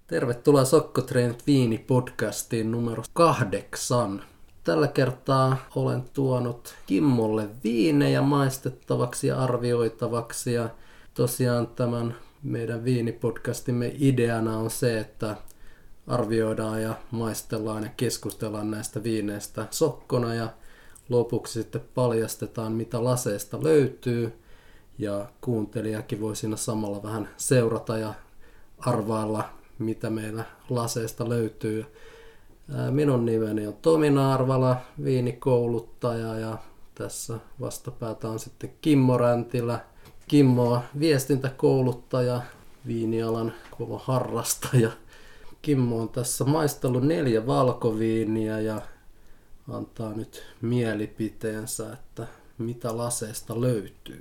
Tervetuloa Sokkotreenit Viini-podcastiin numero 8. Tällä kertaa olen tuonut Kimmolle viinejä maistettavaksi ja arvioitavaksi. Ja tosiaan tämän meidän viinipodcastimme ideana on se, että arvioidaan ja maistellaan ja keskustellaan näistä viineistä sokkona. Ja lopuksi sitten paljastetaan, mitä laseista löytyy. Ja kuuntelijakin voi siinä samalla vähän seurata ja arvailla, mitä meillä laseista löytyy. Minun nimeni on Tomi Naarvala, viinikouluttaja, ja tässä vastapäätä on sitten Kimmo Räntilä. Kimmo on viestintäkouluttaja, viinialan kova harrastaja. Kimmo on tässä maistellut 4 valkoviiniä ja antaa nyt mielipiteensä, että mitä laseista löytyy.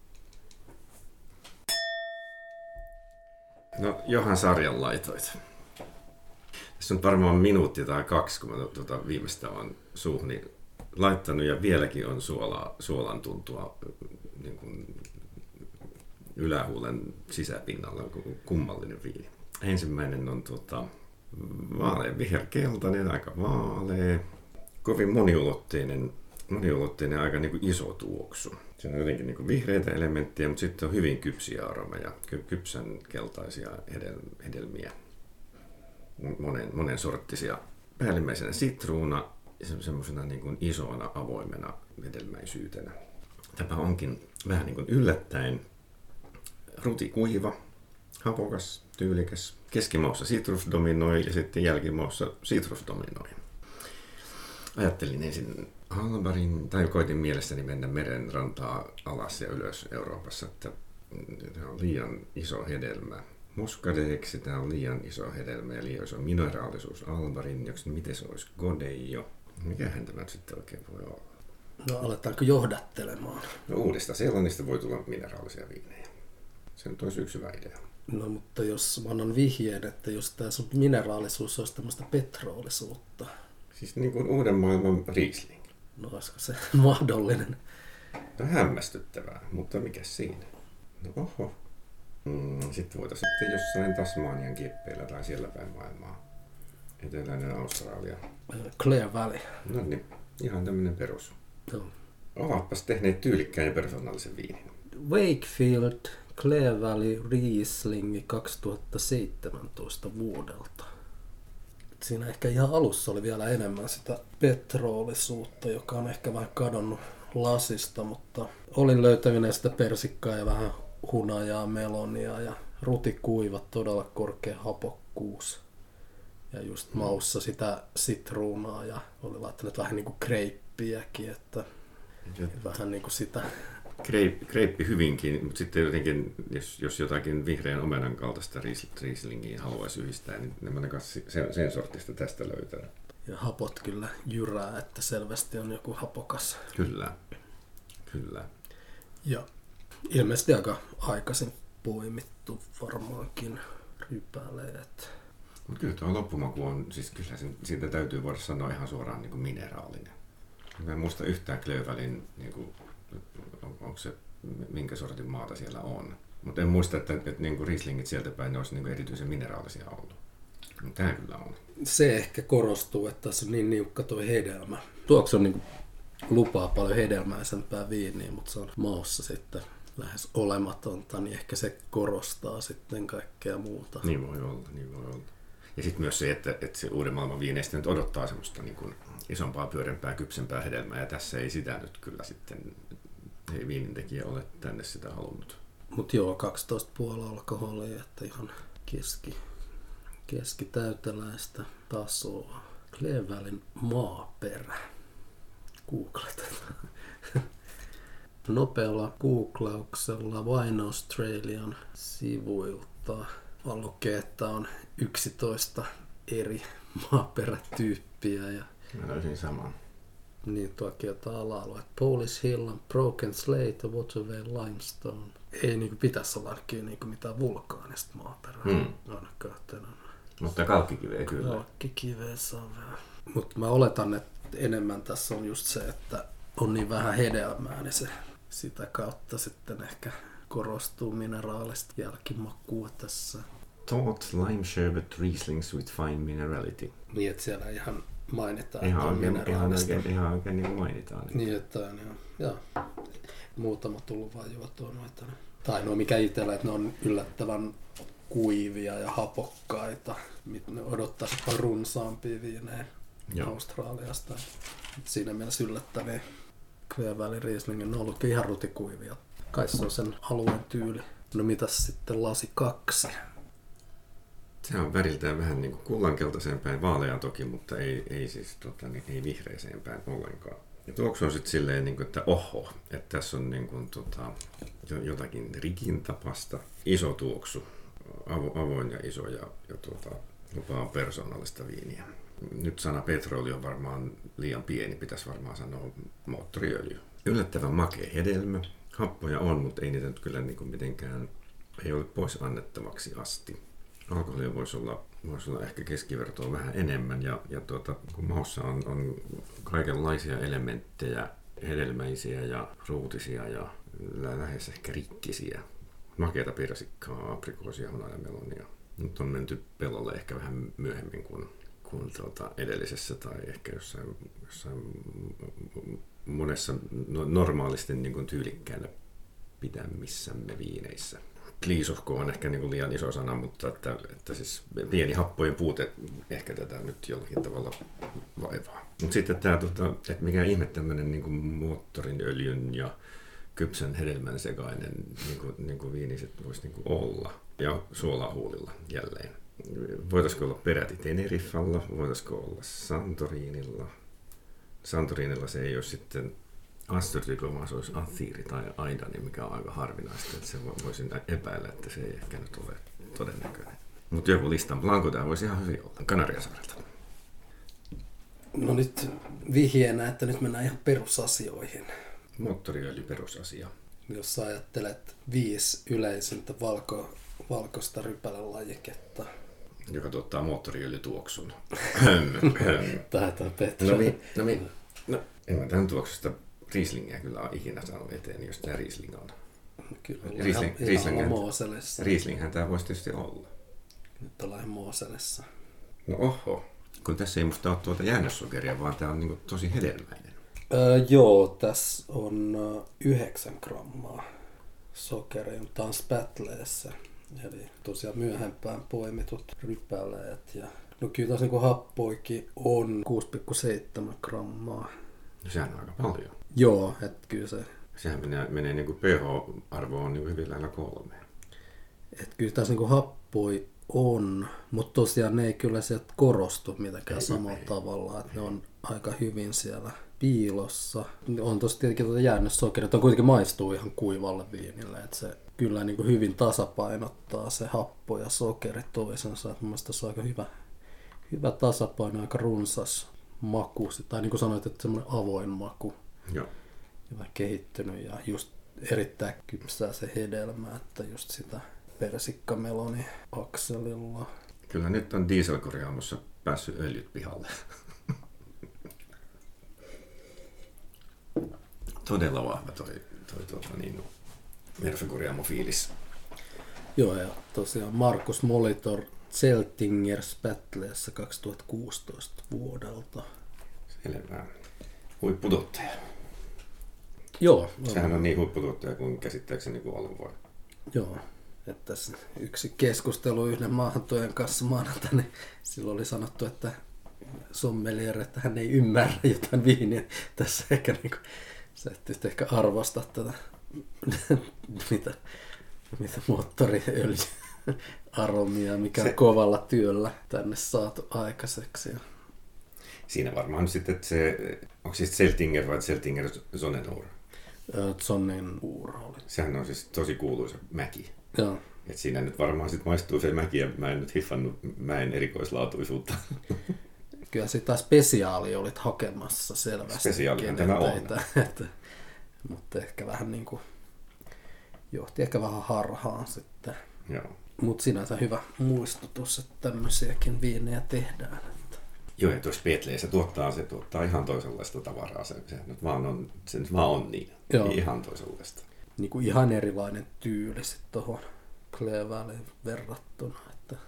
No, Johan sarjan laitoit. Tässä on varmaan minuutti tai 2, kun mä viimeistä on suuhuni laittanut ja vieläkin on suolan tuntua niin kuin ylähuulen sisäpinnalla, kummallinen viini. Ensimmäinen on vaalea viherkeltainen, aika vaalea, kovin moniulotteinen aika niin kuin iso tuoksu. Se on jotenkin niin kuin vihreitä elementtejä, mutta sitten on hyvin kypsiä aromeja, kypsän keltaisia hedelmiä, monen sorttisia. Päällimmäisenä sitruuna ja semmoisena niin kuin isona avoimena hedelmäisyytenä. Tämä onkin vähän niin kuin yllättäen rutikuiva, hapokas, tyylikäs. Keskimaussa citrus dominoi ja sitten jälkimaussa citrus dominoi. Ajattelin ensin Albarin, tai koitin mielessäni mennä meren rantaa alas ja ylös Euroopassa, että tämä on liian iso hedelmä. Muscadeeksi tämä on liian iso hedelmä ja liian iso mineraalisuus Albarin, miten se olisi Godello. Mikähän tämä sitten oikein voi olla? No aletaanko johdattelemaan? No uudesta Seelannista voi tulla mineraalisia viinejä. Se nyt olisi yksi hyvä idea. No mutta jos mä annan vihjeen, että jos tämä sun mineraalisuus olisi tämmöistä petroolisuutta. Siis niin kuin uuden maailman Riesling. No olisiko se mahdollinen? No hämmästyttävää, mutta mikäs siinä? No oho. Sitten voitaisiin sitten jossain Tasmanian kippeillä tai siellä päin maailmaa. Eteläinen Australia. Clare Valley. No niin, ihan tämmöinen perus. No. Ovatpas tehneet tyylikkään ja persoonallisen viinin. Wakefield Clare Valley Riesling 2017 vuodelta. Siinä ehkä ihan alussa oli vielä enemmän sitä petroolisuutta, joka on ehkä vähän kadonnut lasista, mutta olin löytävinä sitä persikkaa ja vähän hunajaa, melonia ja rutikuivat, todella korkea hapokkuus. Ja just maussa sitä sitruunaa ja oli laittanut vähän niin kuin kreippiäkin, että vähän niin kuin sitä. Kreippi hyvinkin, mutta sitten jotenkin, jos jotakin vihreän omenan kaltaista Rieslingiä haluaisi yhdistää, niin ne kanssa sen sortista tästä löytää. Ja hapot kyllä jyrää, että selvästi on joku hapokas. Kyllä. Ja ilmeisesti aika aikaisin poimittu varmaankin rypäleet. Mutta kyllä tuo loppumaku on, siis kyllä siitä täytyy voida sanoa ihan suoraan niin kuin mineraalinen. Mä en muista yhtään Clare Valleyn, niin kuin, onko se minkä sortin maata siellä on. Mutta en muista, että niin kuin Rieslingit sieltä päin ne olisi niin kuin erityisen mineraalisia ollut. Mutta tämä kyllä on. Se ehkä korostuu, että tässä on niin niukka tuo hedelmä. Tuoksu on niin kuin lupaa paljon hedelmäisempää viiniä, mutta se on maussa sitten lähes olematonta, niin ehkä se korostaa sitten kaikkea muuta. Niin voi olla. Ja sitten myös se, että se uuden maailman viineistä nyt odottaa semmoista niin kuin isompaa, pyörempää, kypsempää hedelmää, ja tässä ei sitä nyt kyllä sitten, ei viinintekijä ole tänne sitä halunnut. Mutta joo, 12,5 alkoholia, että ihan keskitäyteläistä tasoa. Clare Valleyn maaperä. Googletetaan. Nopealla googlauksella Wine Australian sivuilta lukee, että on 11 eri maaperätyyppiä. Ja mä löysin saman. Niin tuokin jotain ala-alueet. Polish Hill, Broken Slate, Watervale Limestone. Ei niinku pitäisi olla niinku mitään vulkaanista maaperää. Ainakaan tänään. Mutta kalkkikiveä kyllä. Kalkkikiveä saa vähän. Mutta mä oletan, että enemmän tässä on just se, että on niin vähän hedelmää, niin se sitä kautta sitten ehkä korostuu mineraalista jälkimakua tässä. Thought lime sherbet Rieslings with fine minerality. Niin, että siellä ihan mainitaan. Ihan oikein niin mainitaan. Niin, että joo. Muutama tullut vaan juotua noita. Tai no mikä itsellä, että ne on yllättävän kuivia ja hapokkaita. Ne odottaisi jopa runsaampia viinejä Australiasta. Siinä mielessä yllättäviä. Clear Valley Rieslingin on ollutkin ihan rutikuivia. Kai se on sen alueen tyyli. No mitäs sitten lasi 2? Se on väriltään vähän niin kuin kullankeltaiseen päin, vaaleaan toki, mutta ei siis ei vihreiseen päin ollenkaan. Ja tuoksu on sitten silleen, niin kuin, että oho, että tässä on niin kuin, jotakin rikin tapasta. Iso tuoksu, avoin ja iso ja lupaa persoonallista viiniä. Nyt sana petroli on varmaan liian pieni, pitäisi varmaan sanoa moottoriöljy. Yllättävän makea hedelmä. Happoja on, mutta ei niitä nyt kyllä niin kuin mitenkään, ei ole pois annettavaksi asti. Alkoholia voisi olla ehkä keskivertoa vähän enemmän ja kun maussa on kaikenlaisia elementtejä, hedelmäisiä ja ruutisia ja lähes ehkä rikkisiä. Makeata persikkaa, aprikoosia, hunaa ja melonia. Nyt on menty pellolle ehkä vähän myöhemmin kuin edellisessä tai ehkä jossain monessa normaalisti niin kuin tyylikkäänä pidämissämme viineissä. Kliisohko on ehkä niin kuin liian iso sana, mutta että siis pieni happojen puute ehkä tätä nyt jollakin tavalla vaivaa. Mutta sitten tämä, että mikä ihme tämmöinen niin kuin moottorinöljyn ja kypsän hedelmän sekainen niin kuin viini voisi niin kuin olla. Ja suolahuulilla jälleen. Voitaisiko olla peräti Teneriffalla, voitaisiko olla Santorinilla. Santorinilla se ei ole sitten Asturtiko, vaan se olisi Athiri tai Aidani, mikä on aika harvinaista. Että se voisin epäillä, että se ei ehkä nyt ole todennäköinen. Mutta joku listan blanco tämä voisi ihan hyvin olla. Kanariasaarelta. No nyt vihjeenä, että nyt mennään ihan perusasioihin. Moottoriöljy perusasia. Jos sä ajattelet 5 yleisintä valkoista rypälälajiketta. Joka tuottaa moottoriöljytuoksun. Tai petroli. No, en mä tämän tuoksusta Rieslingiä kyllä ole ikinä saanut eteen, jos tämä Riesling on. Kyllä ollaan Mooselissa. Rieslinghän tämä voisi tietysti olla. Nyt ollaan ihan Mooselissa. No oho, kun tässä ei musta ole tuota jäännössokeria, vaan tämä on niin tosi hedelmäinen. Joo, tässä on 9 grammaa sokeria, mutta tämä on spätleessä. Eli tosiaan myöhempään poimitut rypäleet. Ja no kyllä tässä niin happoikin on 6,7 grammaa. No sehän on aika paljon. Joo, että kyllä se... Sehän menee niin kuin pH-arvoon niin hyvin lähellä 3. Että kyllä tässä niin happoi on, mutta tosiaan ne ei kyllä sieltä korostu mitenkään samalla tavalla. Että ne on aika hyvin siellä piilossa. On tossa tietenkin jäännössokeri, että on kuitenkin maistuu ihan kuivalle viinille. Että se kyllä niin kuin hyvin tasapainottaa se happo ja sokeri toisensa. Mun mielestä se on aika hyvä tasapaino, aika runsas maku. Tai niin kuin sanoit, että semmoinen avoin maku. Joo. Hyvä kehittynyt ja just erittäin kypsää se hedelmä, että just sitä persikkameloni akselilla. Kyllä nyt on dieselkorjaamossa päässyt öljyt pihalle. Todella vahva toi Märfä-korjaamo-fiilis. Joo, ja tosiaan Markus Molitor Zeltinger Spätleessä 2016 vuodelta. Selvä. Huipputuottaja. Joo. Sehän on niin huipputuottaja kuin käsittääkseni kuin olla voi. Joo. Että tässä yksi keskustelu yhden maahantuojan kanssa maanantaina, niin silloin oli sanottu, että sommelier, että hän ei ymmärrä jotain viiniä. Tässä ehkä niinku, sä et ehkä arvosta tätä, mitä moottoriöljy aromia, mikä on kovalla työllä tänne saatu aikaiseksi. Siinä varmaan sitten, että se, onko siis Zeltinger vai Zeltinger Sonnenur? Sonnenur oli. Sehän on siis tosi kuuluisa mäki. Joo. Et siinä nyt varmaan sit maistuu se mäki ja mä en nyt hiffannut mäen erikoislaatuisuutta. Kyllä sitä spesiaalia olit hakemassa selvästi. Spesiaalihan tämä on. Mutta ehkä vähän niin kuin johti ehkä vähän harhaan sitten. Joo. Mutta sinänsä hyvä muistutus, että tämmöisiäkin viinejä tehdään. Joo, ja tuossa Petleessä se tuottaa ihan toisenlaista tavaraa. Se nyt vaan on niin. Joo. Ihan toisenlaista. Niin kuin ihan erilainen tyyli sitten tuohon Clear Valleyin verrattuna. Että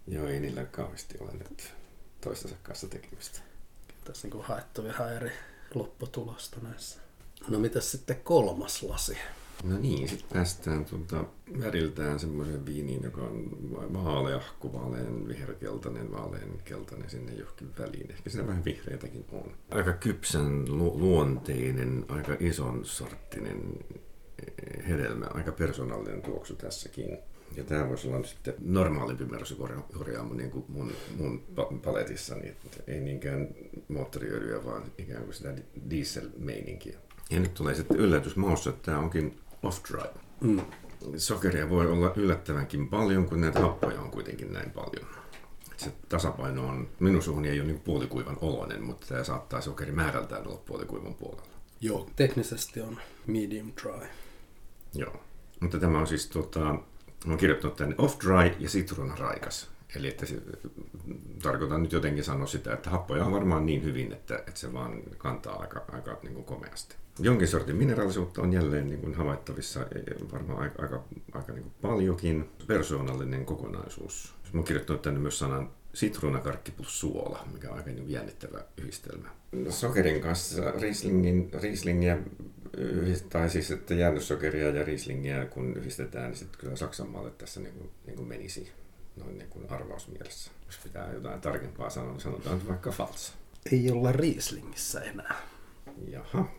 Joo, ei niillä kauheasti ole nyt toistensa kanssa tekemistä. Tässä niin haettu ihan eri lopputulosta näissä. No mitäs sitten 3. lasi? No niin, sitten päästään väriltään semmoisen viiniin, joka on vaaleahku, vaalean viherkeltainen, vaalean keltainen sinne johonkin väliin. Ehkä siinä vähän vihreitäkin on. Aika kypsän luonteinen, aika ison sorttinen hedelmä, aika persoonallinen tuoksu tässäkin. Ja tämä voisi olla sitten normaalimpi Mersu-korjaamo niin kuin mun paletissani. Ei niinkään moottoriöljyä, vaan ikään kuin sitä diesel-meininkiä. Ja nyt tulee sitten yllätys maussa, että tämä onkin off-dry. Sokeria voi olla yllättävänkin paljon, kun näitä happoja on kuitenkin näin paljon. Se tasapaino on, minun suhuni ei ole niin puolikuivan oloinen, mutta tämä saattaa sokeri määrältään olla puolikuivan puolella. Joo, teknisesti on medium dry. Joo, mutta tämä on siis, mä oon kirjoittanut tänne off-dry ja sitruunaraikas. Eli että tarkoitan nyt jotenkin sanoa sitä, että happoja on varmaan niin hyvin, että se vaan kantaa aika niin kuin komeasti. Jonkin sortin mineraalisuutta on jälleen niin kuin havaittavissa, varmaan aika niin kuin paljonkin. Persoonallinen kokonaisuus. Mä oon kirjoittanut tänne myös sanan sitruunakarkki plus suola, mikä on aika niin jännittävä yhdistelmä. Sokerin kanssa Rieslingiä, tai siis että jäännössokeria ja Rieslingiä kun yhdistetään, niin sitten kyllä Saksanmaalle tässä niin kuin menisi. Noin niin kuin arvausmielessä. Jos pitää jotain tarkempaa sanoa, niin sanotaan nyt vaikka Pfalz. Ei olla Rieslingissä enää. Jaha.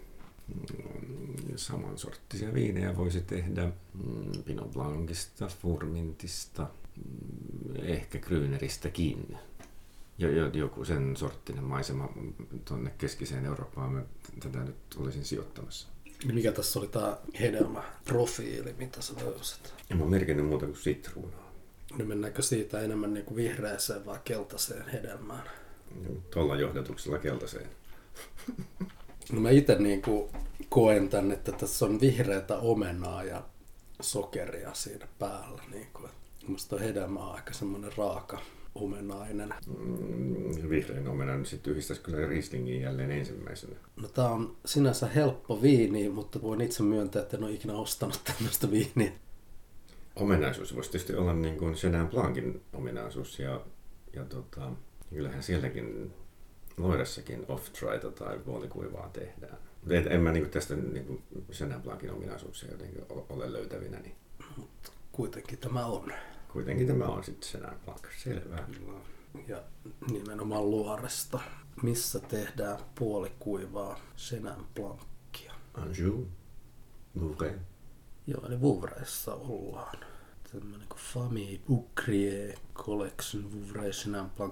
Samansorttisia viinejä voisi tehdä Pinot Blancista, Furmintista, ehkä Grüneristäkin. Joku sen sorttinen maisema tuonne keskiseen Eurooppaan mä tätä nyt olisin sijoittamassa. Mikä tässä oli tämä hedelmäprofiili, mitä sä löysit? En mä merkinnyt muuta kuin sitruunaa. No mennäänkö siitä enemmän niin kuin vihreäseen vai keltaiseen hedelmään? Tuolla johdatuksella keltaiseen. No mä itse niin kuin koen tän, että tässä on vihreätä omenaa ja sokeria siinä päällä. Niin kuin. Musta on hedelmä aika semmoinen raaka omenainen. Vihreän omenan sitten yhdistäisi kyllä Rieslingin jälleen ensimmäisenä. No tää on sinänsä helppo viini, mutta voin itse myöntää, että en ole ikinä ostanut tämmöistä viiniä. Omenaisuus voisi tietysti olla niin kuin Chenin Blancin omenaisuus ja kyllähän sielläkin Loirassakin off-dryta tai puolikuivaa tehdään. En mä niin tästä niin Chenin Blancin ominaisuuksia jotenkin ole löytävinä. Niin. Kuitenkin tämä on. Kuitenkin tämä on sitten Chenin Blanc, selvä. Ja nimenomaan Loiresta, missä tehdään puolikuivaa Chenin Blancia. Anjou, Vouvray. Joo, eli Vouvraissa ollaan. Tämmöinen kuin Famille Boucrier Collection Vouvray Chenin Blanc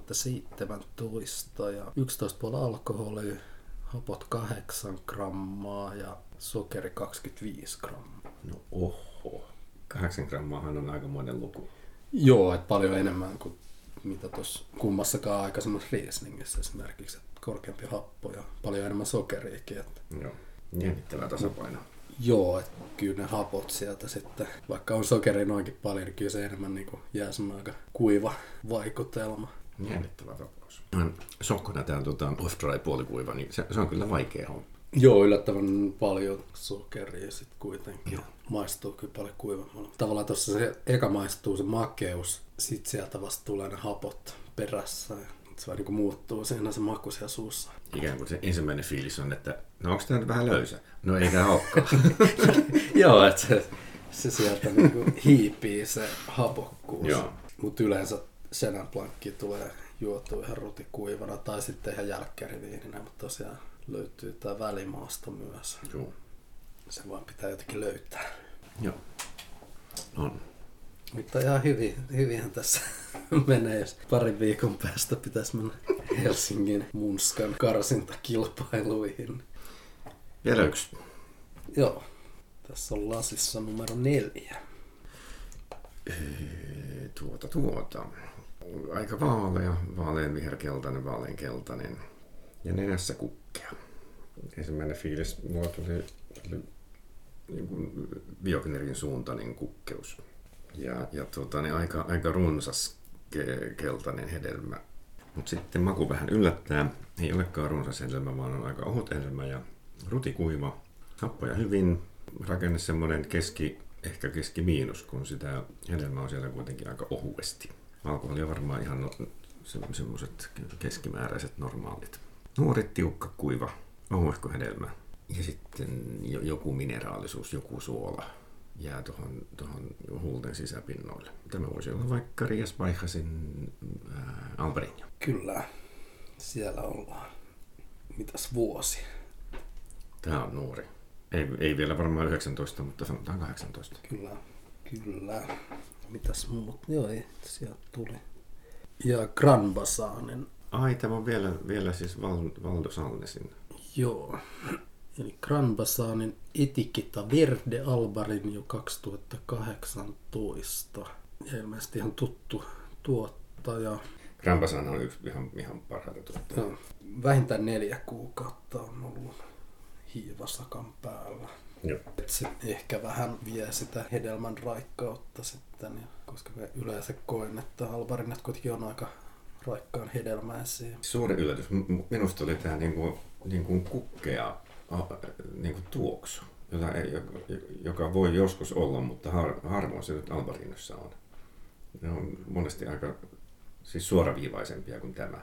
2017 ja 11,5 alkoholia, hapot 8 grammaa ja sokeri 25 grammaa. No oho, 8 grammaahan on aikamoinen luku. Joo, että paljon enemmän kuin mitä tuossa kummassakaan aikaisemmassa Rieslingissä esimerkiksi, että korkeampi happo ja paljon enemmän sokeriakin. Että... Joo, jännittävä tasapaino. Joo, että kyllä ne hapot sieltä sitten, vaikka on sokeria noinkin paljon, niin kyllä se enemmän niin kuin jää semmoinen aika kuiva vaikutelma. Jännittävä tapaus. Sokkona tämä off-dry puolikuiva, niin se on kyllä vaikea homma. Joo, yllättävän paljon sokeria sitten kuitenkin. Joo. Maistuu kyllä paljon kuivammalla. Tavallaan tuossa se eka maistuu se makeus, sitten sieltä vasta tulee ne hapot perässä. Se vaan niin muuttuu siinä se maku siellä suussa. Ikään kuin se ensimmäinen fiilis on, että no onko tämä nyt vähän löysä? No ei tämä olekaan. Joo, että se sieltä niin hiipii se hapokkuus. Mutta yleensä Chenin Blancia tulee juotua ihan rutikuivana tai sitten ihan jälkkäriviininä, mutta tosiaan löytyy tämä välimaasto myös. Joo. Se vaan pitää jotenkin löytää. Joo, on. Mutta ihan hyvinhän tässä menee, jos parin viikon päästä pitäisi mennä Helsingin Munskan karsintakilpailuihin. Vielä yksi. Joo, tässä on lasissa numero 4. Aika vaalea, vaalean viherkeltainen, vaaleankeltainen ja nenässä kukkea. Ensimmäinen fiilis mulla tuli niin kuin Biognerin suuntainen kukkeus. Ja aika runsas keltainen hedelmä. Mutta sitten maku vähän yllättää. Ei olekaan runsas hedelmä, vaan on aika ohut hedelmä ja rutikuiva. Happoja hyvin. Rakenne semmoinen ehkä keski-miinus, kun sitä hedelmää on siellä kuitenkin aika ohuesti. Alkoholia varmaan ihan semmoiset keskimääräiset normaalit. Nuori, tiukka, kuiva, ohuehko hedelmä. Ja sitten joku mineraalisuus, joku suola jää tuohon huulten sisäpinnoille. Tämä voisi olla vaikka Riesbaichasin Albarino. Kyllä, siellä ollaan. Mitäs vuosi? Tämä on nuori. Ei vielä varmaan 19, mutta sanotaan 18. Kyllä. Mitäs muut? Joo, ei, sieltä tuli. Ja Granbasanen. Ai, tämä on vielä siis Valdo Salnesin. Joo. Eli Granbasanen Etiqueta Verde Albarino 2018. Ja ilmeisesti ihan tuttu tuottaja. Granbasan on yksi ihan parhaita tuottajia. No, vähintään 4 kuukautta on ollut hiivasakan päällä. Joo. Se ehkä vähän vie sitä hedelmän raikkautta sitten, koska me yleensä koen, että albarinat kuitenkin on aika raikkaan hedelmäisiä. Suuri yllätys. Minusta oli tämä niin kukkea niin tuoksu, joka voi joskus olla, mutta harvoin se nyt albarinossa on. Ne on monesti aika siis suoraviivaisempia kuin tämä.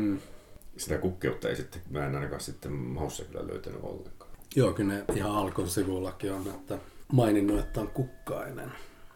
Sitä kukkeutta ei sitten, mä en ainakaan sitten maussa kyllä löytänyt ollenkaan. Joo, kyllä ne ihan alkon sivullakin on, että maininnut, että on kukkainen.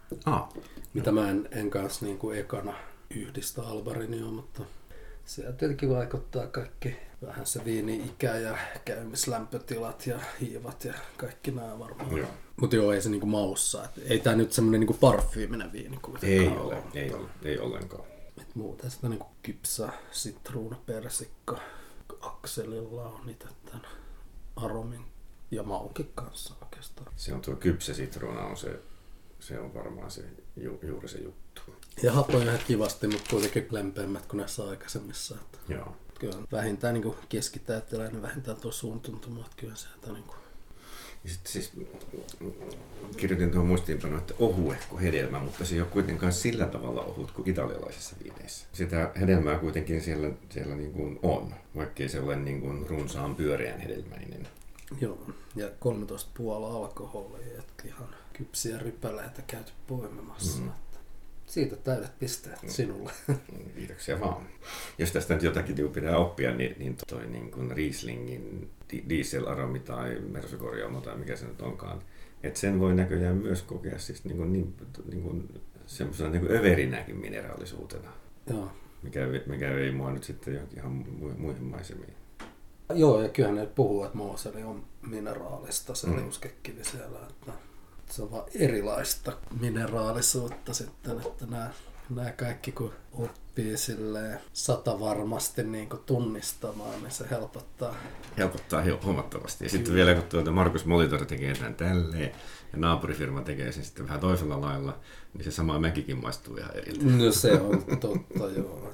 Mitä mä en kanssa niin kuin ekana yhdistä albarinioa, mutta se tietenkin vaikuttaa kaikki. Vähän se viini-ikä ja käymislämpötilat ja hiivat ja kaikki nämä varmaan. Mutta joo, ei se niinku maussa. Ei tää nyt semmonen niinku parfyyminen viini kuitenkaan ei ollenkaan. Et muuten sitä niinku kypsä, sitruuna, persikka, akselilla on itse tämän aromin ja maukin kanssa oikeastaan. Se on tuo kypsä sitruuna, se on varmaan se juuri se juttu. Ja happo on ihan kivasti, mutta kuitenkin lempeämmät kuin näissä aikaisemmissa. Joo. Kyllä vähintään niin keskitäytteläinen, vähintään tuo suun tuntuma, että kyllä sieltä niin kuin... Ja sitten siis kirjoitin tuohon muistiinpanoon, että ohuehko hedelmä, mutta se ei ole kuitenkaan sillä tavalla ohut kuin italialaisissa viineissä. Sitä hedelmää kuitenkin siellä niin kuin on, vaikkei se ole niin kuin runsaan pyöreän hedelmäinen. Joo, ja 13,5 alkoholia, että ihan kypsiä rypäleitä käyty poimimassa. Siitä täydet pisteet sinulle. Kiitoksia vaan. Jos tästä nyt jotakin pitää oppia, niin toi niin kuin Rieslingin dieselaromi tai mersukorjaamo tai mikä se nyt onkaan, että sen voi näköjään myös kokea siis niin kuin semmoisena niin kuin överinäkin mineraalisuutena. Joo. Mikä ei mua nyt sitten johonkin ihan muihin maisemiin. Joo, ja kyllähän ne puhuu, että Moseli on mineraalista se liuskekivi siellä, että se on vaan erilaista mineraalisuutta sitten, että nämä kaikki kun oppii silleen satavarmasti niin kuin tunnistamaan, niin se helpottaa. Helpottaa huomattavasti. Ja sitten vielä kun Markus Molitor tekee tämän tälleen ja naapurifirma tekee sen sitten vähän toisella lailla, niin se sama mäkikin maistuu ihan eriltä. No se on totta,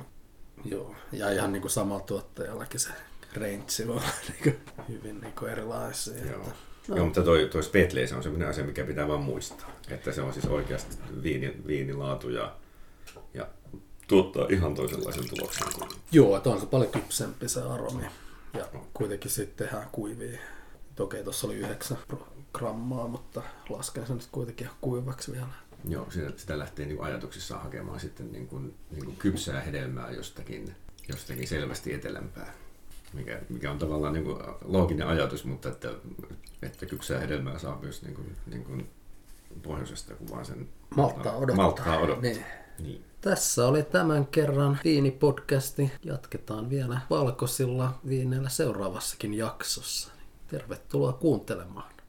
joo. Ja ihan niin kuin samalla tuottajallakin se range on niin hyvin niin kuin erilaisia. Joo. Joo, mutta toi Spetley, se on sellainen asia, mikä pitää vaan muistaa. Että se on siis oikeasti viinilaatu ja tuottaa ihan toisenlaisen tuloksen. Joo, että on se paljon kypsempi se aromi. Ja kuitenkin sitten tehdään kuivia. Okei, tuossa oli 9 grammaa, mutta lasken sen nyt kuitenkin ihan kuivaksi vielä. Joo, sitä lähtee niin ajatuksissaan hakemaan sitten niin kuin kypsää hedelmää jostakin selvästi etelämpää. Mikä on tavallaan niin kuin looginen ajatus, mutta että kypsää hedelmää saa myös niin kuin pohjoisesta, kun vaan sen malttaa odottaa. Niin. Tässä oli tämän kerran viinipodcasti. Jatketaan vielä valkoisilla viineillä seuraavassakin jaksossa. Tervetuloa kuuntelemaan.